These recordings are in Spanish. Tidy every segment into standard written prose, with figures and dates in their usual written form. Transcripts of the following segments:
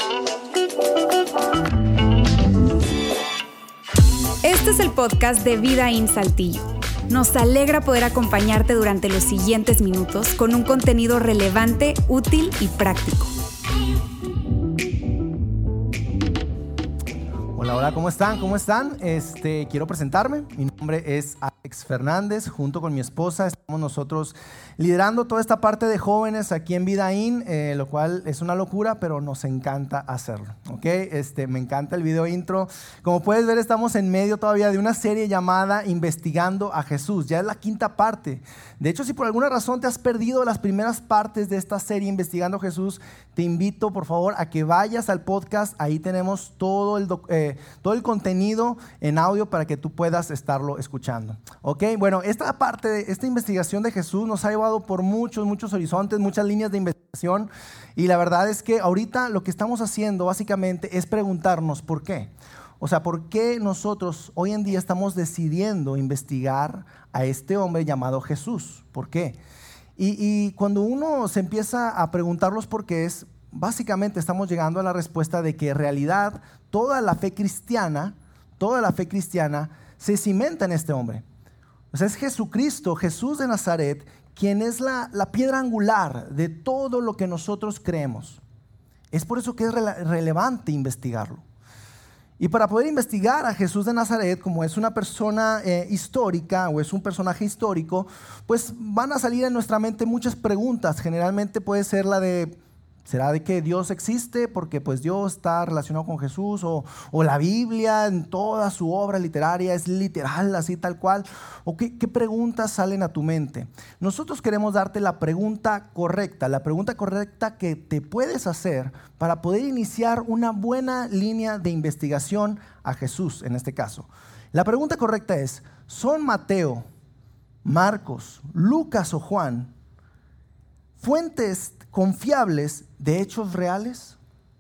Este es el podcast de Vida In Saltillo. Nos alegra poder acompañarte durante los siguientes minutos con un contenido relevante, útil y práctico. Hola, ¿cómo están? Quiero presentarme. Mi nombre es Alex Fernández. Junto con mi esposa estamos nosotros liderando toda esta parte de jóvenes aquí en Vida In, lo cual es una locura, pero nos encanta hacerlo, ¿ok? Me encanta el video intro. Como puedes ver, estamos en medio todavía de una serie llamada Investigando a Jesús. Ya es la quinta parte. De hecho, si por alguna razón te has perdido las primeras partes de esta serie Investigando a Jesús, te invito por favor a que vayas al podcast. Ahí tenemos todo el contenido en audio para que tú puedas estarlo escuchando. Ok, bueno, esta parte de esta investigación de Jesús nos ha llevado por muchos horizontes, muchas líneas de investigación, y la verdad es que ahorita lo que estamos haciendo básicamente es preguntarnos ¿por qué? O sea, ¿por qué nosotros hoy en día estamos decidiendo investigar a este hombre llamado Jesús? ¿Por qué? Y cuando uno se empieza a preguntar los porqués, básicamente estamos llegando a la respuesta de que en realidad toda la fe cristiana se cimenta en este hombre. O sea, es Jesucristo, Jesús de Nazaret, quien es la piedra angular de todo lo que nosotros creemos. Es por eso que es relevante investigarlo. Y para poder investigar a Jesús de Nazaret, como es una persona histórica o es un personaje histórico, pues van a salir en nuestra mente muchas preguntas. Generalmente puede ser la de, ¿será de que Dios existe porque pues Dios está relacionado con Jesús? ¿O la Biblia en toda su obra literaria es literal, así tal cual? ¿O qué preguntas salen a tu mente? Nosotros queremos darte la pregunta correcta que te puedes hacer para poder iniciar una buena línea de investigación a Jesús en este caso. La pregunta correcta es, ¿son Mateo, Marcos, Lucas o Juan fuentes confiables de hechos reales?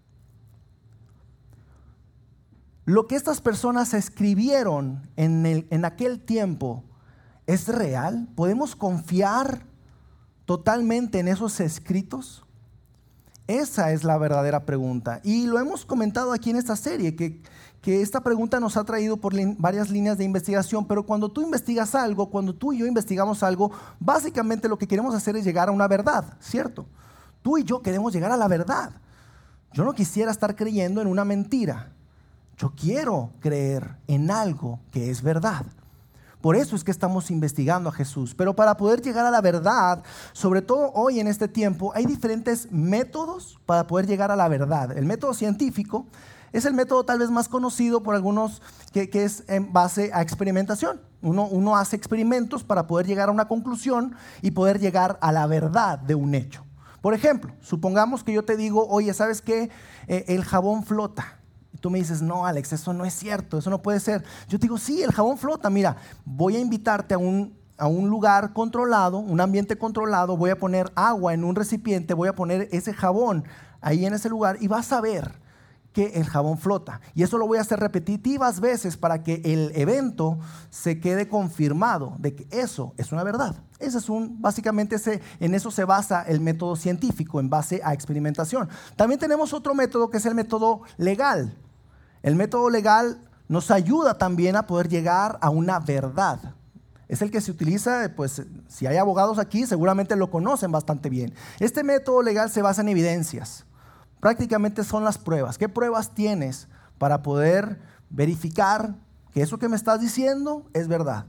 Lo que estas personas escribieron en aquel tiempo, ¿es real? ¿Podemos confiar totalmente en esos escritos? Esa es la verdadera pregunta. Y lo hemos comentado aquí en esta serie, que esta pregunta nos ha traído por varias líneas de investigación, pero cuando tú investigas algo, cuando tú y yo investigamos algo, básicamente lo que queremos hacer es llegar a una verdad, ¿cierto? Tú y yo queremos llegar a la verdad. Yo no quisiera estar creyendo en una mentira. Yo quiero creer en algo que es verdad. Por eso es que estamos investigando a Jesús. Pero para poder llegar a la verdad, sobre todo hoy en este tiempo, hay diferentes métodos para poder llegar a la verdad. El método científico es el método tal vez más conocido por algunos que es en base a experimentación. Uno hace experimentos para poder llegar a una conclusión y poder llegar a la verdad de un hecho. Por ejemplo, supongamos que yo te digo, oye, ¿sabes qué? El jabón flota. Y tú me dices, no, Alex, eso no es cierto, eso no puede ser. Yo te digo, sí, el jabón flota. Mira, voy a invitarte a un lugar controlado, un ambiente controlado, voy a poner agua en un recipiente, voy a poner ese jabón ahí en ese lugar y vas a ver que el jabón flota. Y eso lo voy a hacer repetitivas veces para que el evento se quede confirmado de que eso es una verdad. Básicamente en eso se basa el método científico, en base a experimentación. También tenemos otro método que es el método legal. El método legal nos ayuda también a poder llegar a una verdad. Es el que se utiliza, pues si hay abogados aquí seguramente lo conocen bastante bien. Este método legal se basa en evidencias. Prácticamente son las pruebas. ¿Qué pruebas tienes para poder verificar que eso que me estás diciendo es verdad?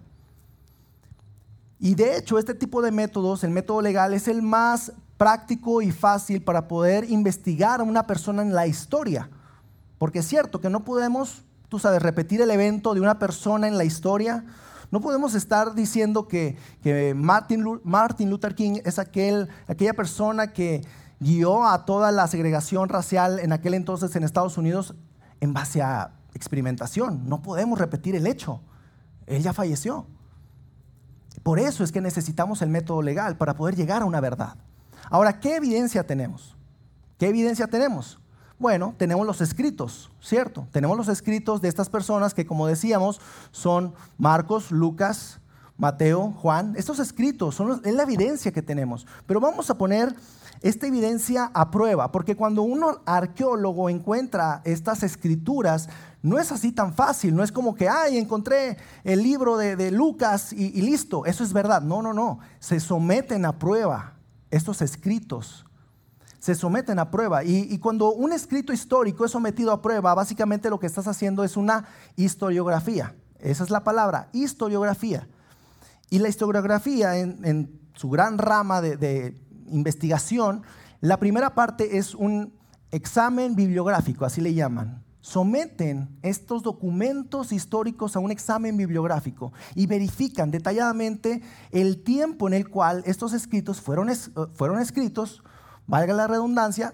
Y de hecho, este tipo de métodos, el método legal, es el más práctico y fácil para poder investigar a una persona en la historia. Porque es cierto que no podemos, repetir el evento de una persona en la historia. No podemos estar diciendo que Martin Luther King es aquella persona que guió a toda la segregación racial en aquel entonces en Estados Unidos en base a experimentación. No podemos repetir el hecho. Él ya falleció. Por eso es que necesitamos el método legal para poder llegar a una verdad. Ahora, ¿qué evidencia tenemos? ¿Qué evidencia tenemos? Bueno, tenemos los escritos, ¿cierto? Tenemos los escritos de estas personas que, como decíamos, son Marcos, Lucas, Mateo, Juan. Estos escritos es la evidencia que tenemos. Pero vamos a poner esta evidencia a prueba, porque cuando un arqueólogo encuentra estas escrituras, no es así tan fácil. No es como que, encontré el libro de Lucas y listo, eso es verdad. No. Se someten a prueba estos escritos. Se someten a prueba. Y cuando un escrito histórico es sometido a prueba, básicamente lo que estás haciendo es una historiografía. Esa es la palabra, historiografía. Y la historiografía en su gran rama de investigación, la primera parte es un examen bibliográfico, así le llaman. Someten estos documentos históricos a un examen bibliográfico y verifican detalladamente el tiempo en el cual estos escritos fueron escritos, valga la redundancia,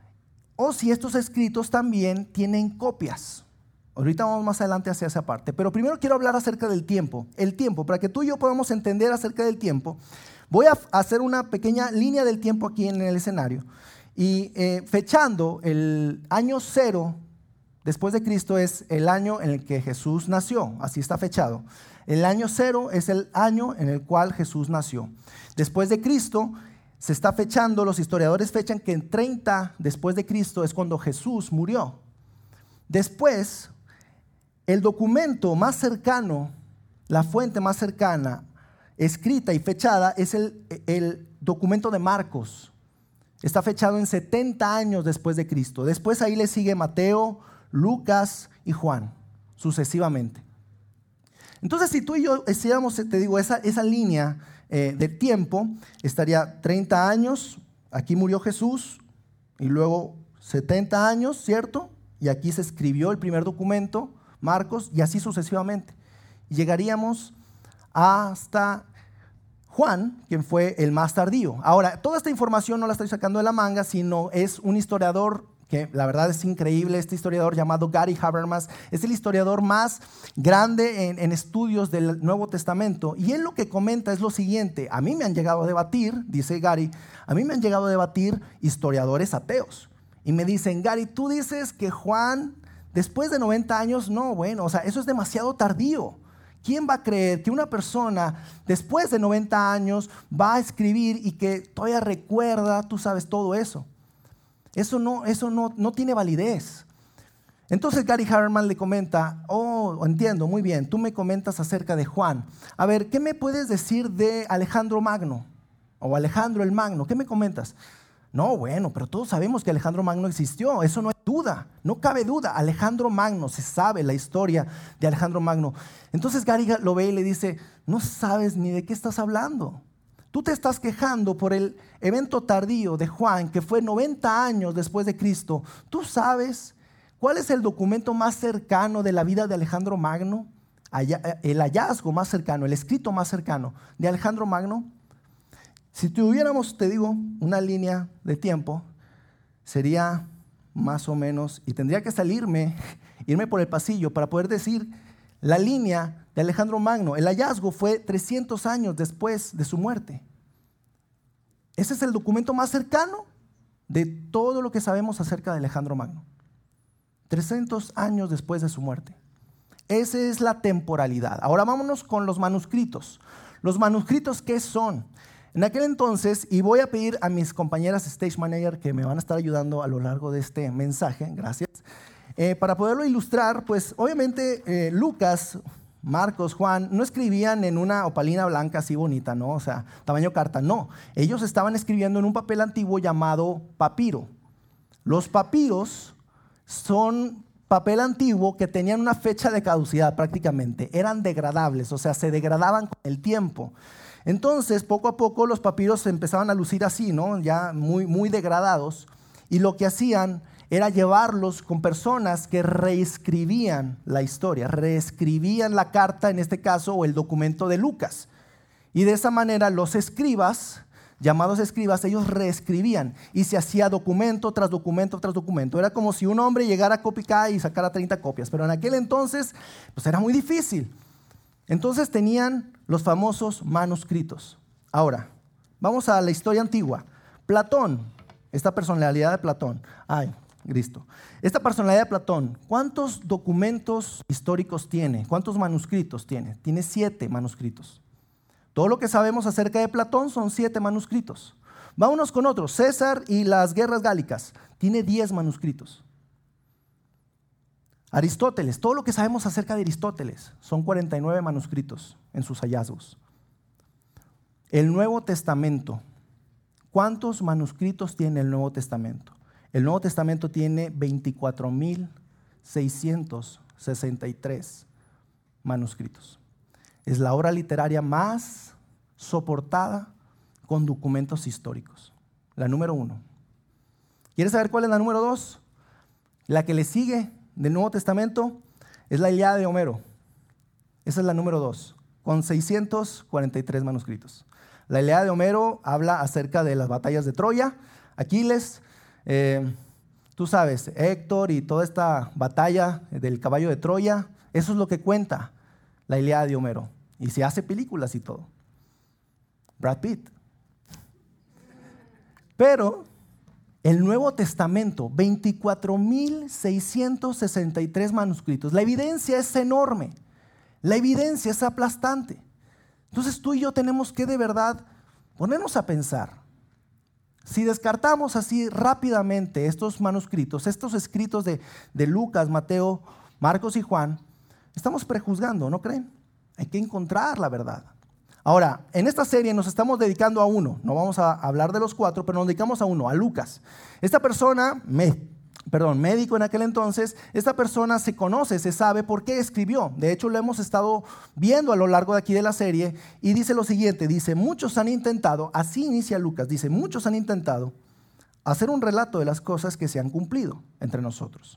o si estos escritos también tienen copias. Ahorita vamos más adelante hacia esa parte, pero primero quiero hablar acerca del tiempo. El tiempo, para que tú y yo podamos entender acerca del tiempo, voy a hacer una pequeña línea del tiempo aquí en el escenario y fechando el año 0 después de Cristo es el año en el que Jesús nació, así está fechado. El año 0 es el año en el cual Jesús nació. Después de Cristo se está fechando, los historiadores fechan que en 30 después de Cristo es cuando Jesús murió. Después, el documento más cercano, la fuente más cercana, escrita y fechada, es el documento de Marcos. Está fechado en 70 años después de Cristo. Después ahí le sigue Mateo, Lucas y Juan, sucesivamente. Entonces, si tú y yo hiciéramos, te digo, esa línea de tiempo, estaría 30 años, aquí murió Jesús, y luego 70 años, ¿cierto? Y aquí se escribió el primer documento, Marcos, y así sucesivamente. Y llegaríamos hasta Juan, quien fue el más tardío. Ahora, toda esta información no la estoy sacando de la manga, sino es un historiador que la verdad es increíble. Este historiador llamado Gary Habermas es el historiador más grande en estudios del Nuevo Testamento, y él lo que comenta es lo siguiente: a mí me han llegado a debatir, dice Gary, a mí me han llegado a debatir historiadores ateos, y me dicen, Gary, tú dices que Juan después de 90 años, no, bueno, o sea, eso es demasiado tardío. ¿Quién va a creer que una persona después de 90 años va a escribir y que todavía recuerda, tú sabes, todo eso? Eso no tiene validez. Entonces Gary Habermas le comenta, entiendo, muy bien, tú me comentas acerca de Juan. A ver, ¿qué me puedes decir de Alejandro Magno? O Alejandro el Magno, ¿qué me comentas? No, bueno, pero todos sabemos que Alejandro Magno existió, eso no hay duda, no cabe duda. Alejandro Magno, se sabe la historia de Alejandro Magno. Entonces Gary lo ve y le dice, no sabes ni de qué estás hablando. Tú te estás quejando por el evento tardío de Juan, que fue 90 años después de Cristo. ¿Tú sabes cuál es el documento más cercano de la vida de Alejandro Magno? El hallazgo más cercano, el escrito más cercano de Alejandro Magno. Si tuviéramos, te digo, una línea de tiempo, sería más o menos, y tendría que irme por el pasillo para poder decir la línea de Alejandro Magno. El hallazgo fue 300 años después de su muerte. Ese es el documento más cercano de todo lo que sabemos acerca de Alejandro Magno. 300 años después de su muerte. Esa es la temporalidad. Ahora vámonos con los manuscritos. ¿Los manuscritos qué son? En aquel entonces, y voy a pedir a mis compañeras Stage Manager que me van a estar ayudando a lo largo de este mensaje, gracias, para poderlo ilustrar, pues obviamente Lucas, Marcos, Juan, no escribían en una opalina blanca así bonita, ¿no? O sea, tamaño carta, no. Ellos estaban escribiendo en un papel antiguo llamado papiro. Los papiros son papel antiguo que tenían una fecha de caducidad prácticamente, eran degradables, o sea, se degradaban con el tiempo. Entonces, poco a poco los papiros se empezaban a lucir así, ¿no? Ya muy degradados, y lo que hacían era llevarlos con personas que reescribían la historia, reescribían la carta, en este caso, o el documento de Lucas. Y de esa manera los escribas, llamados escribas, ellos reescribían y se hacía documento tras documento tras documento. Era como si un hombre llegara a Copycat y sacara 30 copias, pero en aquel entonces pues era muy difícil. Entonces tenían los famosos manuscritos. Ahora, vamos a la historia antigua. Platón, esta personalidad de Platón, Cristo. Esta personalidad de Platón, ¿cuántos documentos históricos tiene? ¿Cuántos manuscritos tiene? Tiene 7 manuscritos. Todo lo que sabemos acerca de Platón son 7 manuscritos. Vámonos con otros. César y las guerras gálicas. Tiene 10 manuscritos. Aristóteles. Todo lo que sabemos acerca de Aristóteles son 49 manuscritos en sus hallazgos. El Nuevo Testamento. ¿Cuántos manuscritos tiene el Nuevo Testamento? El Nuevo Testamento tiene 24,663 manuscritos. Es la obra literaria más soportada con documentos históricos. La número 1. ¿Quieres saber cuál es la número 2? La que le sigue del Nuevo Testamento es la Ilíada de Homero. Esa es la número 2, con 643 manuscritos. La Ilíada de Homero habla acerca de las batallas de Troya, Aquiles, tú sabes, Héctor y toda esta batalla del caballo de Troya. Eso es lo que cuenta la Ilíada de Homero. Y se hace películas y todo. Brad Pitt. Pero el Nuevo Testamento, 24,663 manuscritos. La evidencia es enorme. La evidencia es aplastante. Entonces tú y yo tenemos que de verdad ponernos a pensar. Si descartamos así rápidamente estos manuscritos, estos escritos de Lucas, Mateo, Marcos y Juan, estamos prejuzgando, ¿no creen? Hay que encontrar la verdad. Ahora, en esta serie nos estamos dedicando a uno. No vamos a hablar de los 4, pero nos dedicamos a uno, a Lucas. Esta persona, médico en aquel entonces, esta persona se conoce, se sabe por qué escribió. De hecho, lo hemos estado viendo a lo largo de aquí de la serie y dice lo siguiente, dice, muchos han intentado, así inicia Lucas, dice, muchos han intentado hacer un relato de las cosas que se han cumplido entre nosotros.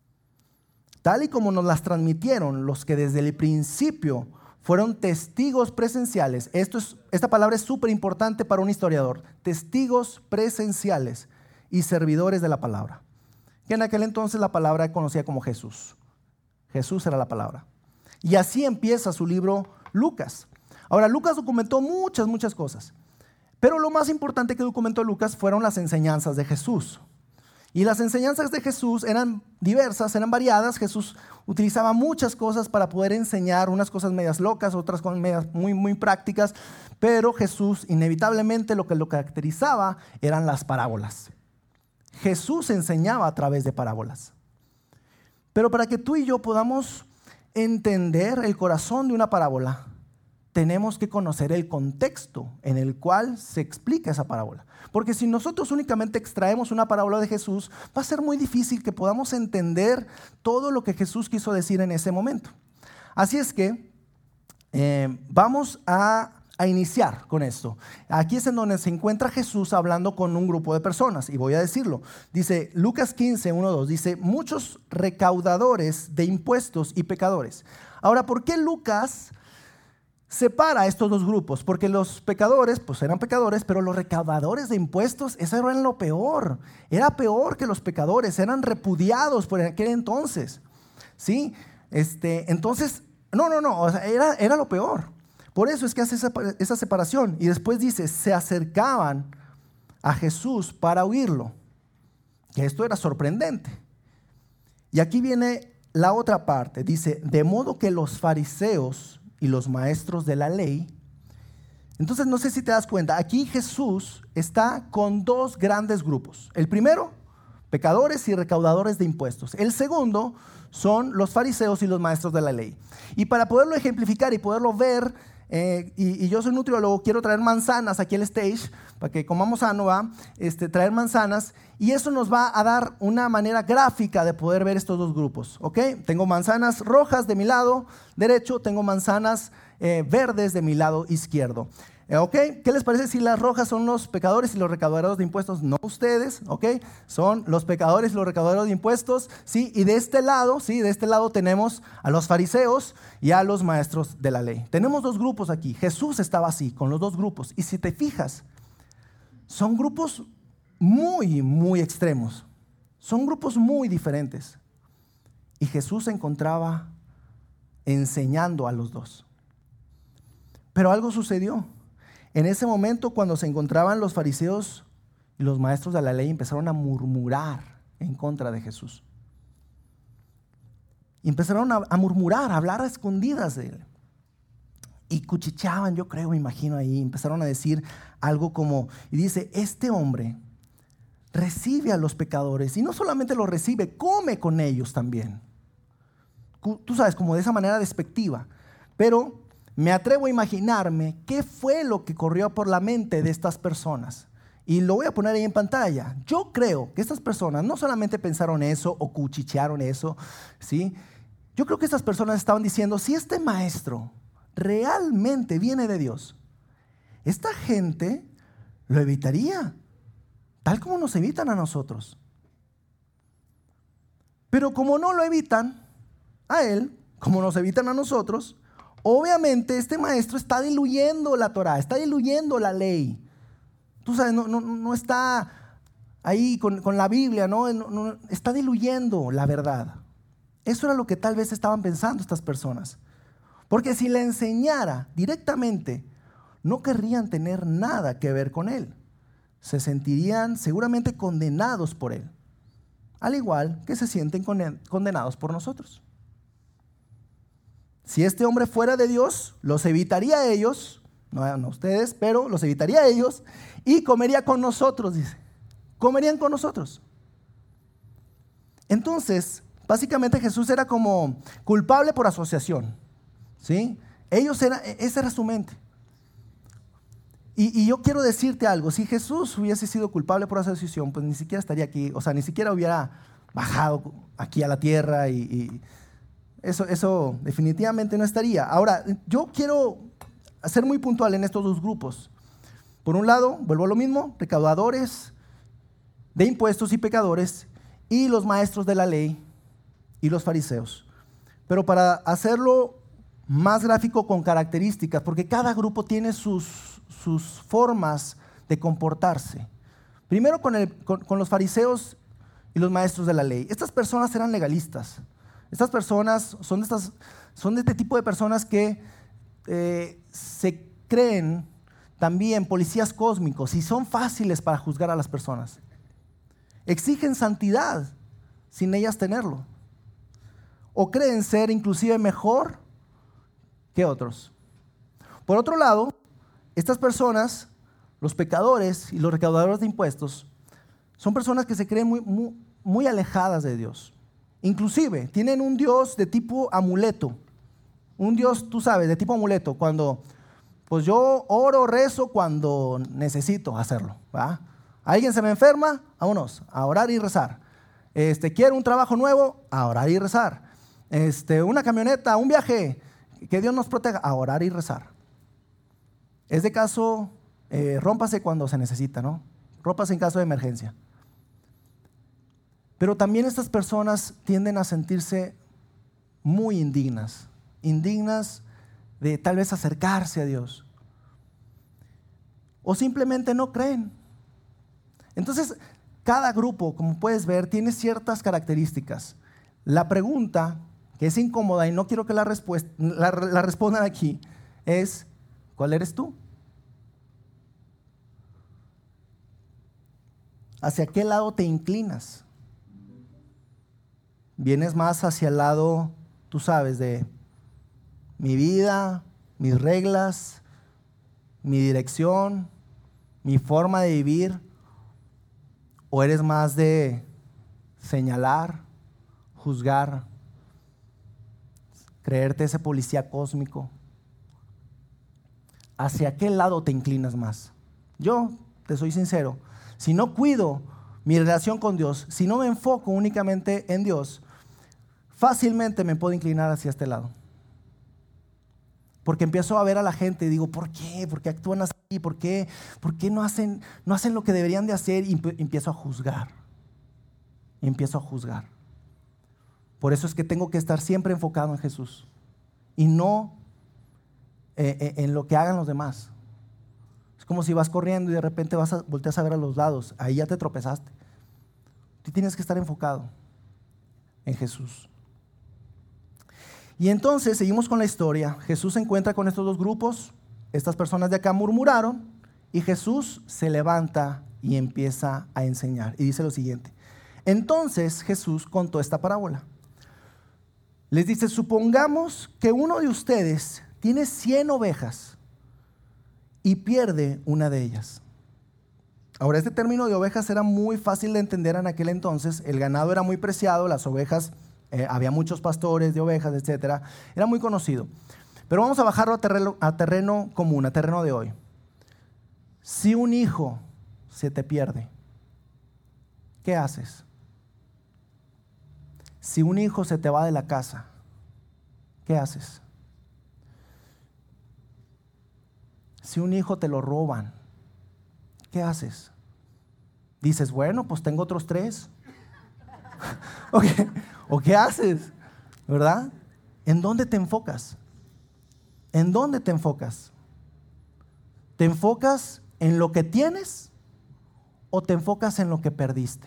Tal y como nos las transmitieron los que desde el principio fueron testigos presenciales. Esta palabra es súper importante para un historiador. Testigos presenciales y servidores de la palabra. Que en aquel entonces la palabra conocía como Jesús. Jesús era la palabra. Y así empieza su libro Lucas. Ahora, Lucas documentó muchas cosas. Pero lo más importante que documentó Lucas fueron las enseñanzas de Jesús. Y las enseñanzas de Jesús eran diversas, eran variadas. Jesús utilizaba muchas cosas para poder enseñar, unas cosas medias locas, otras cosas medias muy prácticas. Pero Jesús, inevitablemente, lo que lo caracterizaba eran las parábolas. Jesús enseñaba a través de parábolas. Pero para que tú y yo podamos entender el corazón de una parábola, tenemos que conocer el contexto en el cual se explica esa parábola. Porque si nosotros únicamente extraemos una parábola de Jesús, va a ser muy difícil que podamos entender todo lo que Jesús quiso decir en ese momento. Así es que vamos a iniciar con esto. Aquí es en donde se encuentra Jesús hablando con un grupo de personas, y voy a decirlo. Dice Lucas 15, 1-2, dice, muchos recaudadores de impuestos y pecadores. Ahora, ¿por qué Lucas separa a estos dos grupos? Porque los pecadores, pues eran pecadores, pero los recaudadores de impuestos, eso era lo peor. Era peor que los pecadores, eran repudiados por aquel entonces. ¿Sí? Entonces, no, o sea, era lo peor. Por eso es que hace esa separación. Y después dice, se acercaban a Jesús para oírlo. Que esto era sorprendente. Y aquí viene la otra parte. Dice, de modo que los fariseos y los maestros de la ley. Entonces no sé si te das cuenta, aquí Jesús está con dos grandes grupos. El primero, pecadores y recaudadores de impuestos. El segundo son los fariseos y los maestros de la ley. Y para poderlo ejemplificar y poderlo ver, y yo soy nutriólogo, quiero traer manzanas aquí al stage para que comamos sano, traer manzanas, y eso nos va a dar una manera gráfica de poder ver estos dos grupos, ¿ok? Tengo manzanas rojas de mi lado derecho, tengo manzanas verdes de mi lado izquierdo, ¿ok? ¿Qué les parece si las rojas son los pecadores y los recaudadores de impuestos? No ustedes, ¿ok? Son los pecadores y los recaudadores de impuestos, ¿sí? Y de este lado, ¿sí? De este lado tenemos a los fariseos y a los maestros de la ley. Tenemos dos grupos aquí. Jesús estaba así, con los dos grupos. Y si te fijas, son grupos muy extremos. Son grupos muy diferentes. Y Jesús se encontraba enseñando a los dos. Pero algo sucedió. En ese momento, cuando se encontraban los fariseos y los maestros de la ley, empezaron a murmurar en contra de Jesús. Y empezaron a murmurar, a hablar a escondidas de él. y cuchicheaban, yo creo, me imagino ahí, empezaron a decir algo como, y dice, este hombre recibe a los pecadores, y no solamente los recibe, come con ellos también. Tú sabes, como de esa manera despectiva. Pero me atrevo a imaginarme qué fue lo que corrió por la mente de estas personas. Y lo voy a poner ahí en pantalla. Yo creo que estas personas no solamente pensaron eso o cuchichearon eso, ¿sí? Yo creo que estas personas estaban diciendo, si este maestro realmente viene de Dios, esta gente lo evitaría, tal como nos evitan a nosotros. Pero como no lo evitan a él, como nos evitan a nosotros, obviamente este maestro está diluyendo la Torá, está diluyendo la ley. Tú sabes, no está ahí con la Biblia, no, está diluyendo la verdad. Eso era lo que tal vez estaban pensando estas personas. Porque si le enseñara directamente, no querrían tener nada que ver con él. Se sentirían seguramente condenados por él, al igual que se sienten condenados por nosotros. Si este hombre fuera de Dios, los evitaría a ellos, no a ustedes, pero los evitaría a ellos y comería con nosotros, dice. Comerían con nosotros. Entonces, básicamente Jesús era como culpable por asociación, ¿sí? Esa era su mente. Y yo quiero decirte algo, si Jesús hubiese sido culpable por asociación, pues ni siquiera estaría aquí, o sea, ni siquiera hubiera bajado aquí a la tierra y eso definitivamente no estaría. Ahora, yo quiero ser muy puntual en estos dos grupos. Por un lado, vuelvo a lo mismo, recaudadores de impuestos y pecadores, y los maestros de la ley y los fariseos. Pero para hacerlo más gráfico con características, porque cada grupo tiene sus formas de comportarse. Primero con los fariseos y los maestros de la ley. Estas personas eran legalistas. Estas personas son de este tipo de personas que se creen también policías cósmicos y son fáciles para juzgar a las personas. Exigen santidad sin ellas tenerlo. O creen ser inclusive mejor que otros. Por otro lado, estas personas, los pecadores y los recaudadores de impuestos, son personas que se creen muy alejadas de Dios. Inclusive tienen un Dios de tipo amuleto. Un Dios, tú sabes, de tipo amuleto. Cuando, pues yo oro, rezo cuando necesito hacerlo, ¿va? Alguien se me enferma, vámonos, a orar y rezar. Quiero un trabajo nuevo, a orar y rezar. Una camioneta, un viaje, que Dios nos proteja, a orar y rezar. Es de caso, rómpase cuando se necesita, ¿no? Rómpase en caso de emergencia. Pero también estas personas tienden a sentirse muy indignas de tal vez acercarse a Dios. O simplemente no creen. Entonces, cada grupo, como puedes ver, tiene ciertas características. La pregunta, que es incómoda y no quiero que la respondan aquí, es, ¿cuál eres tú? ¿Hacia qué lado te inclinas? ¿Vienes más hacia el lado, tú sabes, de mi vida, mis reglas, mi dirección, mi forma de vivir? ¿O eres más de señalar, juzgar, creerte ese policía cósmico? ¿Hacia qué lado te inclinas más? Yo, te soy sincero, si no cuido mi relación con Dios, si no me enfoco únicamente en Dios, fácilmente me puedo inclinar hacia este lado. Porque empiezo a ver a la gente y digo, ¿por qué? ¿Por qué actúan así? ¿Por qué no hacen lo que deberían de hacer? Y empiezo a juzgar. Por eso es que tengo que estar siempre enfocado en Jesús y no en lo que hagan los demás. Es como si vas corriendo y de repente volteas a ver a los lados. Ahí ya te tropezaste. Tú tienes que estar enfocado en Jesús. Y entonces seguimos con la historia. Jesús se encuentra con estos dos grupos. Estas personas de acá murmuraron y Jesús se levanta y empieza a enseñar. Y dice lo siguiente. Entonces Jesús contó esta parábola. Les dice, supongamos que uno de ustedes tiene 100 ovejas y pierde una de ellas. Ahora, este término de ovejas era muy fácil de entender en aquel entonces. El ganado era muy preciado, las ovejas, había muchos pastores de ovejas, etc. Era muy conocido. Pero vamos a bajarlo a terreno común, a terreno de hoy. Si un hijo se te pierde, ¿qué haces? Si un hijo se te va de la casa, ¿qué haces? Si un hijo te lo roban, ¿qué haces? Dices, bueno, pues tengo otros 3. ¿O qué haces? ¿Verdad? ¿En dónde te enfocas? ¿En dónde te enfocas? ¿Te enfocas en lo que tienes o te enfocas en lo que perdiste?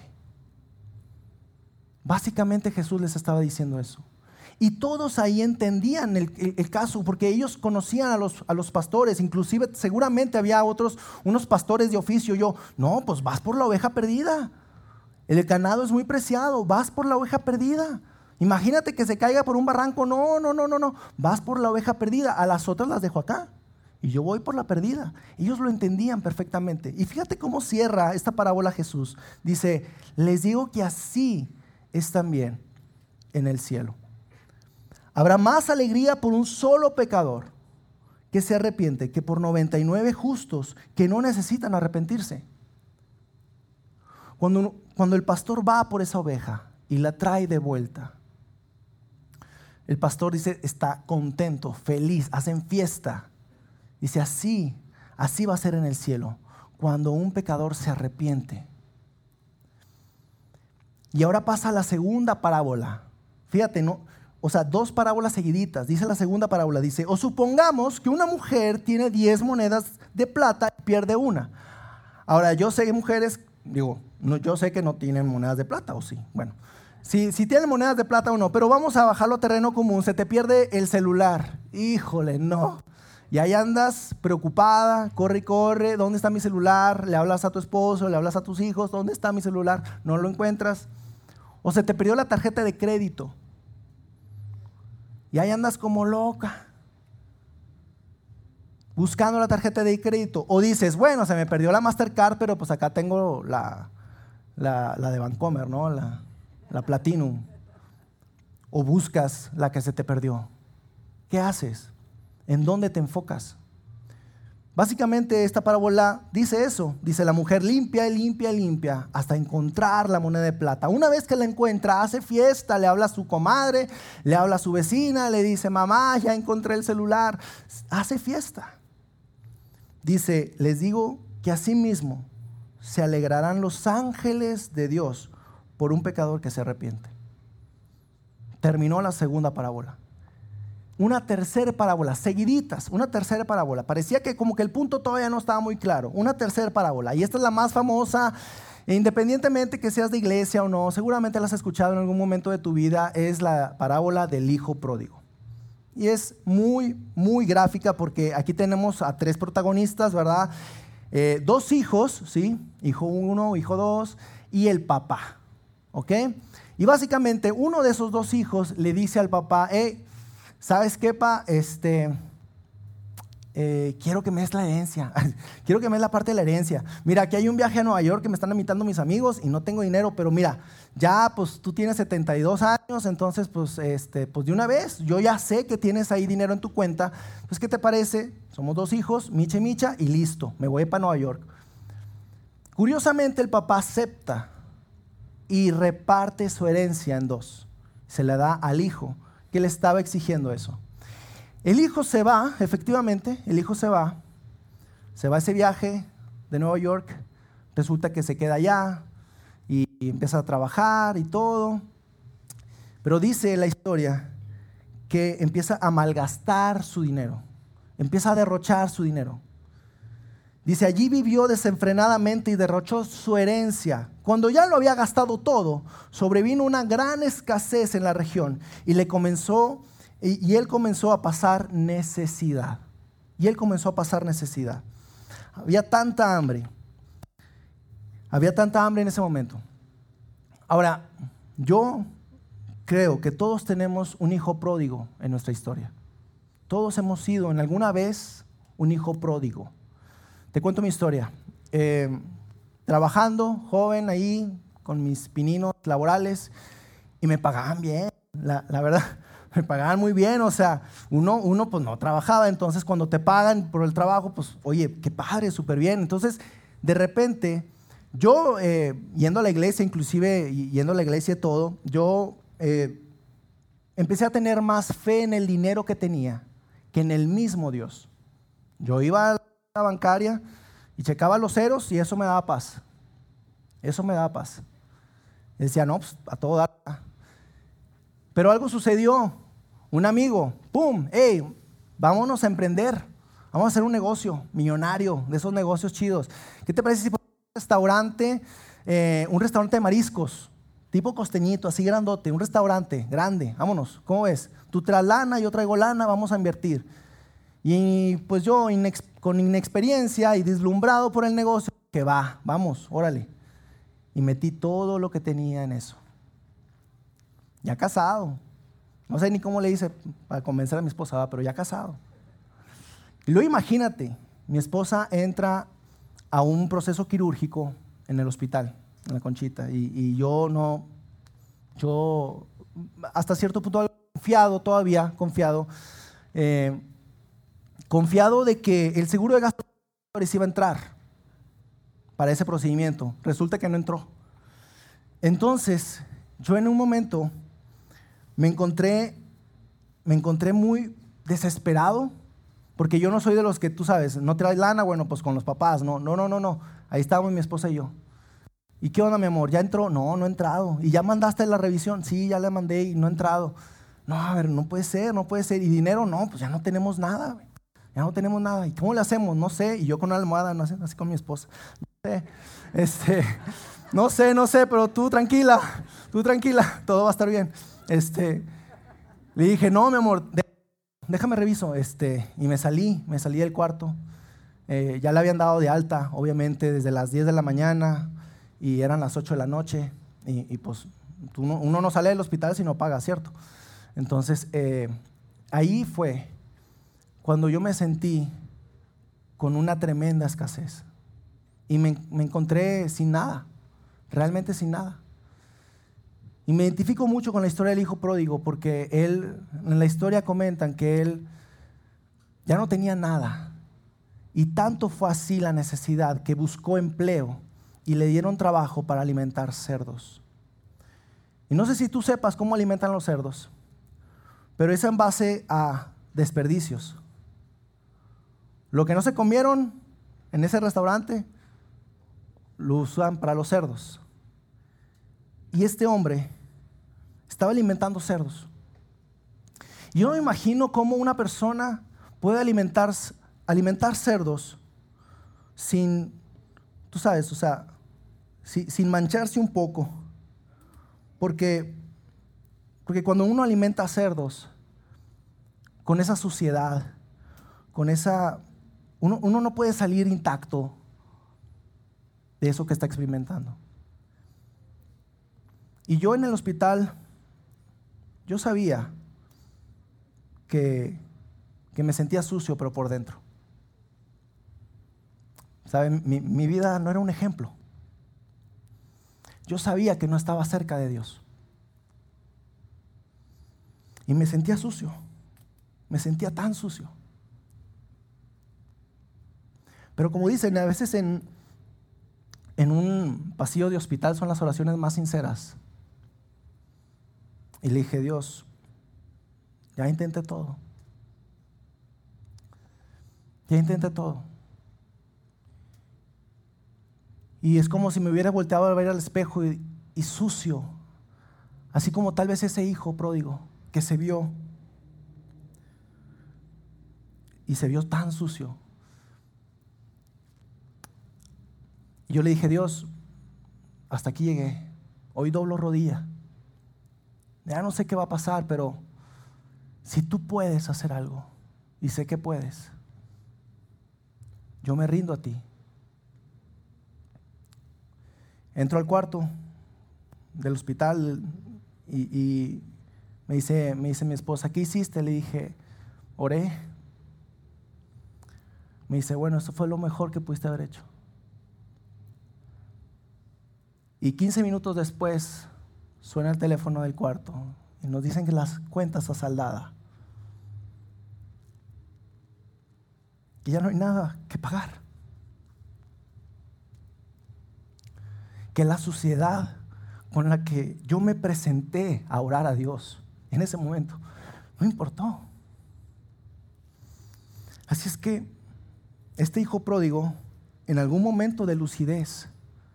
Básicamente Jesús les estaba diciendo eso. Y todos ahí entendían el caso, porque ellos conocían a los pastores. Inclusive seguramente había unos pastores de oficio. No, pues vas por la oveja perdida. El ganado es muy preciado, vas por la oveja perdida. Imagínate que se caiga por un barranco. No, vas por la oveja perdida. A las otras las dejo acá y yo voy por la perdida. Ellos lo entendían perfectamente. Y fíjate cómo cierra esta parábola Jesús. Dice, les digo que así es también en el cielo. Habrá más alegría por un solo pecador que se arrepiente que por 99 justos que no necesitan arrepentirse. Cuando el pastor va por esa oveja y la trae de vuelta, el pastor dice, está contento, feliz, hacen fiesta. Dice, así va a ser en el cielo, cuando un pecador se arrepiente. Y ahora pasa a la segunda parábola. Fíjate, ¿no? O sea, 2 parábolas seguiditas. Dice la segunda parábola, dice, o supongamos que una mujer tiene 10 monedas de plata y pierde una. Ahora, yo sé que mujeres, yo sé que no tienen monedas de plata, ¿o sí? Bueno, si tienen monedas de plata o no, pero vamos a bajarlo a terreno común. Se te pierde el celular. Híjole, no. Y ahí andas preocupada, corre y corre. ¿Dónde está mi celular? Le hablas a tu esposo, le hablas a tus hijos. ¿Dónde está mi celular? No lo encuentras. O se te perdió la tarjeta de crédito. Y ahí andas como loca, buscando la tarjeta de crédito. O dices, bueno, se me perdió la Mastercard, pero pues acá tengo la de Bancomer, ¿no? La Platinum. O buscas la que se te perdió. ¿Qué haces? ¿En dónde te enfocas? Básicamente esta parábola dice eso. Dice, la mujer limpia y limpia y limpia hasta encontrar la moneda de plata. Una vez que la encuentra, hace fiesta, le habla a su comadre, le habla a su vecina, le dice, mamá, ya encontré el celular. Hace fiesta. Dice, les digo que así mismo se alegrarán los ángeles de Dios por un pecador que se arrepiente. Terminó la segunda parábola. Una tercera parábola, seguiditas, una tercera parábola. Parecía que como que el punto todavía no estaba muy claro. Una tercera parábola. Y esta es la más famosa, independientemente que seas de iglesia o no, seguramente la has escuchado en algún momento de tu vida, es la parábola del hijo pródigo. Y es muy, muy gráfica porque aquí tenemos a 3 protagonistas, ¿verdad? 2 hijos, ¿sí? Hijo 1, hijo 2 y el papá, ¿ok? Y básicamente uno de esos 2 hijos le dice al papá, ¿sabes qué, pa? Quiero que me des la herencia. Quiero que me des la parte de la herencia. Mira, aquí hay un viaje a Nueva York que me están invitando mis amigos y no tengo dinero, pero mira, ya pues tú tienes 72 años, entonces pues de una vez, yo ya sé que tienes ahí dinero en tu cuenta. Pues, ¿qué te parece? Somos 2 hijos, Micha y Micha, y listo, me voy para Nueva York. Curiosamente, el papá acepta y reparte su herencia en 2. Se la da al hijo que le estaba exigiendo eso. El hijo se va, efectivamente, el hijo se va a ese viaje de Nueva York, resulta que se queda allá y empieza a trabajar y todo, pero dice la historia que empieza a malgastar su dinero, empieza a derrochar su dinero. Dice, allí vivió desenfrenadamente y derrochó su herencia. Cuando ya lo había gastado todo, sobrevino una gran escasez en la región y él comenzó a pasar necesidad. Había tanta hambre en ese momento. Ahora, yo creo que todos tenemos un hijo pródigo en nuestra historia. Todos hemos sido en alguna vez un hijo pródigo. Te cuento mi historia. Trabajando, joven ahí, con mis pininos laborales, y me pagaban bien, la verdad, me pagaban muy bien. O sea, uno pues no trabajaba, entonces cuando te pagan por el trabajo, pues oye, qué padre, súper bien. Entonces, de repente, yo yendo a la iglesia, inclusive yendo a la iglesia y todo, yo empecé a tener más fe en el dinero que tenía que en el mismo Dios. Yo iba a la bancaria y checaba los ceros y eso me daba paz. Eso me daba paz. Y decía, no, pues a todo dar. Pero algo sucedió. Un amigo, ¡pum! ¡Hey! Vámonos a emprender. Vamos a hacer un negocio millonario, de esos negocios chidos. ¿Qué te parece si ponemos un restaurante de mariscos, tipo costeñito, así grandote, un restaurante grande? Vámonos, ¿cómo ves? Tú traes lana, yo traigo lana, vamos a invertir. Y pues yo, con inexperiencia y deslumbrado por el negocio, que vamos, órale. Y metí todo lo que tenía en eso. Ya casado. No sé ni cómo le hice para convencer a mi esposa, pero ya casado. Y luego imagínate, mi esposa entra a un proceso quirúrgico en el hospital, en la Conchita, y yo hasta cierto punto confiado de que el seguro de gastos iba a entrar para ese procedimiento. Resulta que no entró. Entonces, yo en un momento me encontré muy desesperado, porque yo no soy de los que, tú sabes, no traes lana, bueno, pues con los papás, no. Ahí estábamos mi esposa y yo. ¿Y qué onda, mi amor? ¿Ya entró? No ha entrado. ¿Y ya mandaste la revisión? Sí, ya la mandé y no ha entrado. No, a ver, no puede ser. ¿Y dinero? No, pues ya no tenemos nada, güey. Ya no tenemos nada. ¿Y cómo le hacemos? No sé. Y yo con una almohada, no sé, así con mi esposa. No sé, pero tú tranquila, todo va a estar bien. Le dije, no, mi amor, déjame reviso. Y me salí del cuarto. Ya le habían dado de alta, obviamente, desde las 10 de la mañana y eran las 8 de la noche. Y pues uno no sale del hospital si no paga, ¿cierto? Entonces, ahí fue cuando yo me sentí con una tremenda escasez. Y me encontré sin nada, realmente sin nada. Y me identifico mucho con la historia del hijo pródigo, porque en la historia comentan que él ya no tenía nada. Y tanto fue así la necesidad que buscó empleo y le dieron trabajo para alimentar cerdos. Y no sé si tú sepas cómo alimentan los cerdos, pero es en base a desperdicios. Lo que no se comieron en ese restaurante, lo usan para los cerdos. Y este hombre estaba alimentando cerdos. Y yo no me imagino cómo una persona puede alimentar cerdos sin, tú sabes, o sea, sin mancharse un poco. Porque cuando uno alimenta cerdos con esa suciedad, uno no puede salir intacto de eso que está experimentando. Y yo en el hospital, yo sabía que me sentía sucio, pero por dentro. ¿Saben? Mi vida no era un ejemplo. Yo sabía que no estaba cerca de Dios. Y me sentía sucio. Me sentía tan sucio. Pero como dicen, a veces en un pasillo de hospital son las oraciones más sinceras. Y le dije, Dios, ya intenté todo. Ya intenté todo. Y es como si me hubiera volteado a ver al espejo y sucio. Así como tal vez ese hijo pródigo que se vio. Y se vio tan sucio. Y yo le dije, Dios, hasta aquí llegué. Hoy doblo rodilla. Ya no sé qué va a pasar, pero si tú puedes hacer algo, y sé que puedes, yo me rindo a ti. Entro al cuarto del hospital y me dice mi esposa, ¿qué hiciste? Le dije, oré. Me dice, bueno, eso fue lo mejor que pudiste haber hecho. Y 15 minutos después suena el teléfono del cuarto y nos dicen que las cuentas están saldadas. Que ya no hay nada que pagar. Que la suciedad con la que yo me presenté a orar a Dios en ese momento no importó. Así es que este hijo pródigo, en algún momento de lucidez,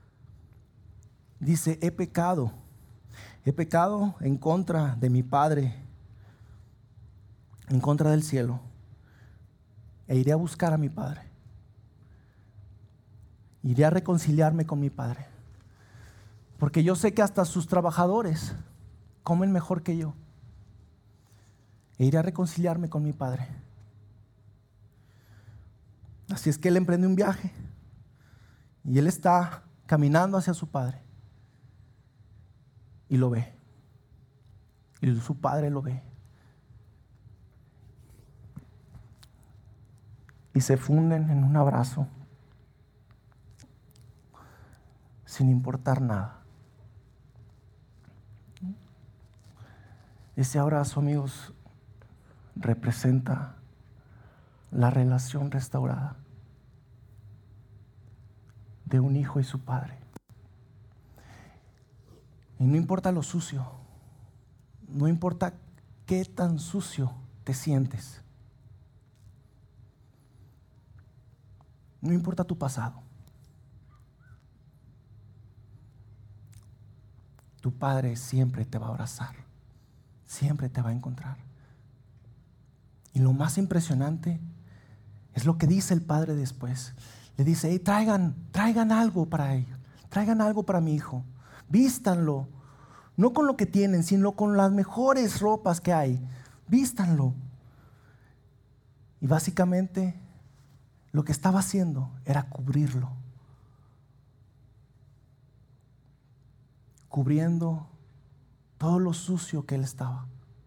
dice, he pecado en contra de mi Padre, en contra del cielo, e iré a buscar a mi Padre. Iré a reconciliarme con mi Padre, porque yo sé que hasta sus trabajadores comen mejor que yo. E iré a reconciliarme con mi Padre. Así es que él emprende un viaje y él está caminando hacia su Padre y lo ve. Y su Padre lo ve. Y se funden en un abrazo sin importar nada. Ese abrazo, amigos, representa la relación restaurada de un hijo y su padre. Y no importa lo sucio, no importa qué tan sucio te sientes, no importa tu pasado, tu Padre siempre te va a abrazar, siempre te va a encontrar. Y lo más impresionante es lo que dice el Padre después. Le dice, hey, traigan algo para ellos, traigan algo para mi hijo, vístanlo, no con lo que tienen, sino con las mejores ropas que hay, vístanlo. Y básicamente lo que estaba haciendo era cubrirlo, cubriendo todo lo sucio que él estaba.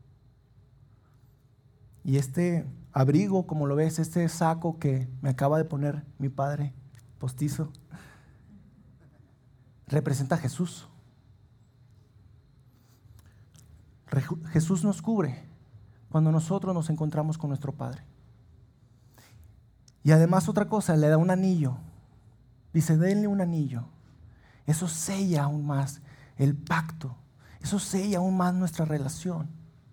Y este abrigo, como lo ves, este saco que me acaba de poner mi padre postizo, representa a Jesús. Jesús nos cubre cuando nosotros nos encontramos con nuestro Padre. Y además otra cosa, le da un anillo. Dice, denle un anillo. Eso sella aún más el pacto. Eso sella aún más nuestra relación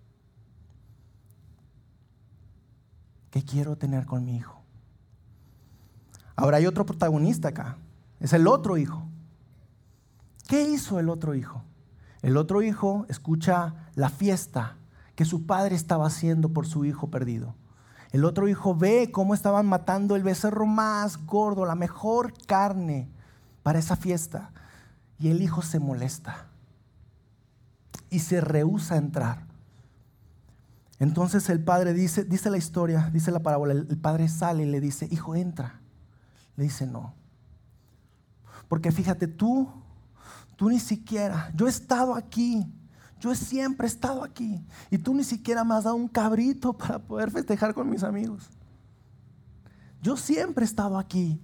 que quiero tener con mi hijo. Ahora hay otro protagonista acá. Es el otro hijo. ¿Qué hizo el otro hijo? El otro hijo escucha la fiesta que su padre estaba haciendo por su hijo perdido. El otro hijo ve cómo estaban matando el becerro más gordo, la mejor carne para esa fiesta. Y el hijo se molesta y se rehúsa a entrar. Entonces el padre dice la historia, dice la parábola, el padre sale y le dice, hijo, entra. Le dice, no. Porque fíjate, tú ni siquiera, yo he estado aquí, yo siempre he estado aquí, y tú ni siquiera me has dado un cabrito para poder festejar con mis amigos. Yo siempre he estado aquí.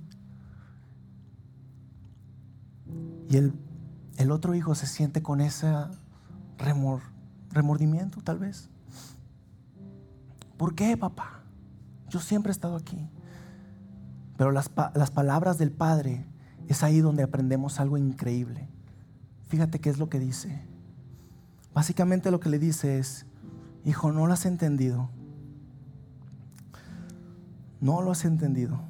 Y el otro hijo se siente con ese remordimiento, tal vez. ¿Por qué, papá? Yo siempre he estado aquí. Pero las palabras del Padre, es ahí donde aprendemos algo increíble. Fíjate qué es lo que dice. Básicamente lo que le dice es, hijo, no lo has entendido. No lo has entendido.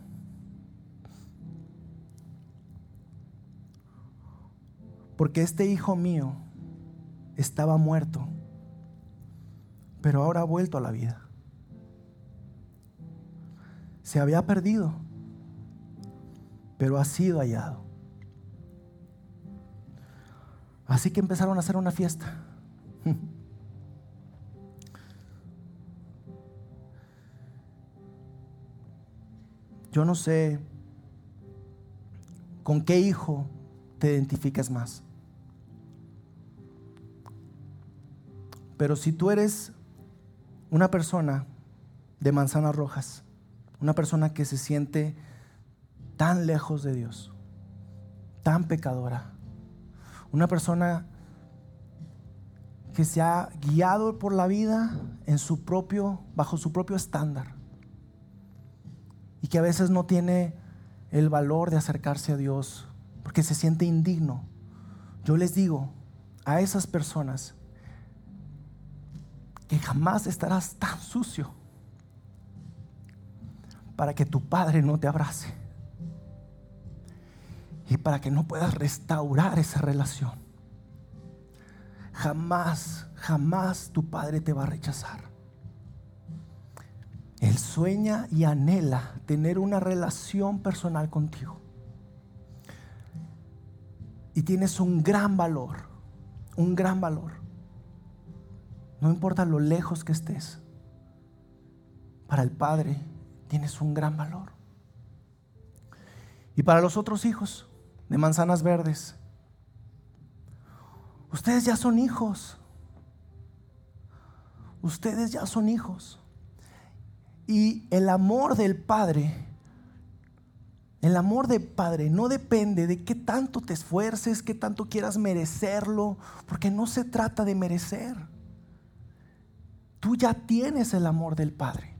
Porque este hijo mío estaba muerto, pero ahora ha vuelto a la vida. Se había perdido, pero ha sido hallado. Así que empezaron a hacer una fiesta. Yo no sé con qué hijo te identificas más. Pero si tú eres una persona de Manzanas Rojas, una persona que se siente tan lejos de Dios, tan pecadora, una persona que se ha guiado por la vida bajo su propio estándar y que a veces no tiene el valor de acercarse a Dios porque se siente indigno. Yo les digo a esas personas que jamás estarás tan sucio para que tu Padre no te abrace y para que no puedas restaurar esa relación. Jamás, jamás tu Padre te va a rechazar. Él sueña y anhela tener una relación personal contigo. Y tienes un gran valor, un gran valor. No importa lo lejos que estés, para el Padre tienes un gran valor. Y para los otros hijos de Manzanas Verdes, ustedes ya son hijos. Ustedes ya son hijos. Y el amor del Padre no depende de qué tanto te esfuerces, qué tanto quieras merecerlo, porque no se trata de merecer. Tú ya tienes el amor del Padre.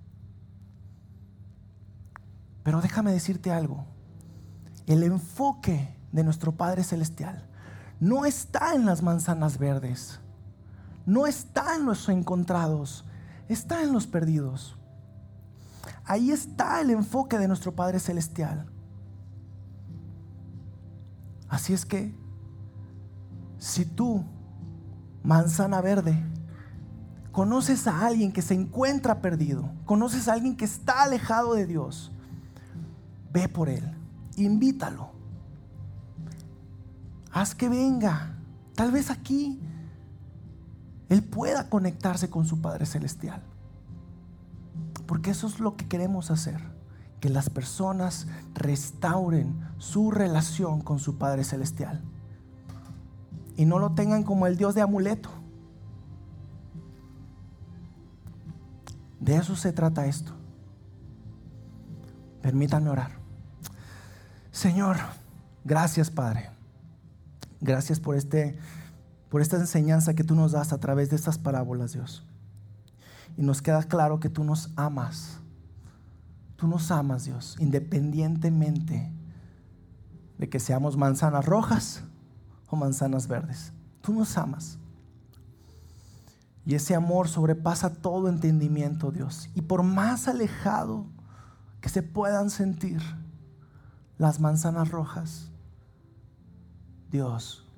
Pero déjame decirte algo. El enfoque de nuestro Padre Celestial no está en las manzanas verdes, no está en los encontrados, está en los perdidos. Ahí está el enfoque de nuestro Padre Celestial. Así es que si tú, manzana verde, conoces a alguien que se encuentra perdido, conoces a alguien que está alejado de Dios, ve por él, invítalo, haz que venga. Tal vez aquí él pueda conectarse con su Padre Celestial, porque eso es lo que queremos hacer, que las personas restauren su relación con su Padre Celestial y no lo tengan como el Dios de amuleto. De eso se trata esto. Permítanme orar. Señor, gracias, Padre. Gracias por esta enseñanza que tú nos das a través de estas parábolas, Dios. Y nos queda claro que tú nos amas. Tú nos amas, Dios, independientemente de que seamos manzanas rojas o manzanas verdes. Tú nos amas. Y ese amor sobrepasa todo entendimiento, Dios. Y por más alejado que se puedan sentir las manzanas rojas, Dios,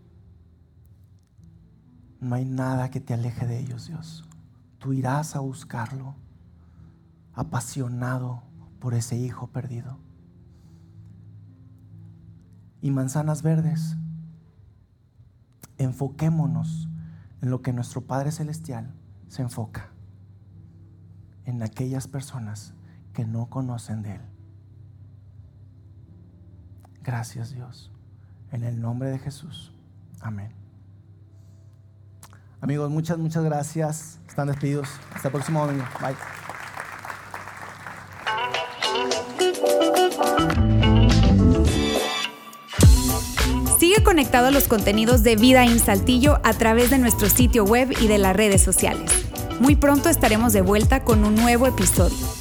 no hay nada que te aleje de ellos, Dios. Tú irás a buscarlo, apasionado por ese hijo perdido. Y manzanas verdes, enfoquémonos en lo que nuestro Padre Celestial se enfoca, en aquellas personas que no conocen de Él. Gracias, Dios, en el nombre de Jesús, amén. Amigos, muchas gracias. Están despedidos. Hasta el próximo domingo. Bye. Sigue conectado a los contenidos de Vida in Saltillo a través de nuestro sitio web y de las redes sociales. Muy pronto estaremos de vuelta con un nuevo episodio.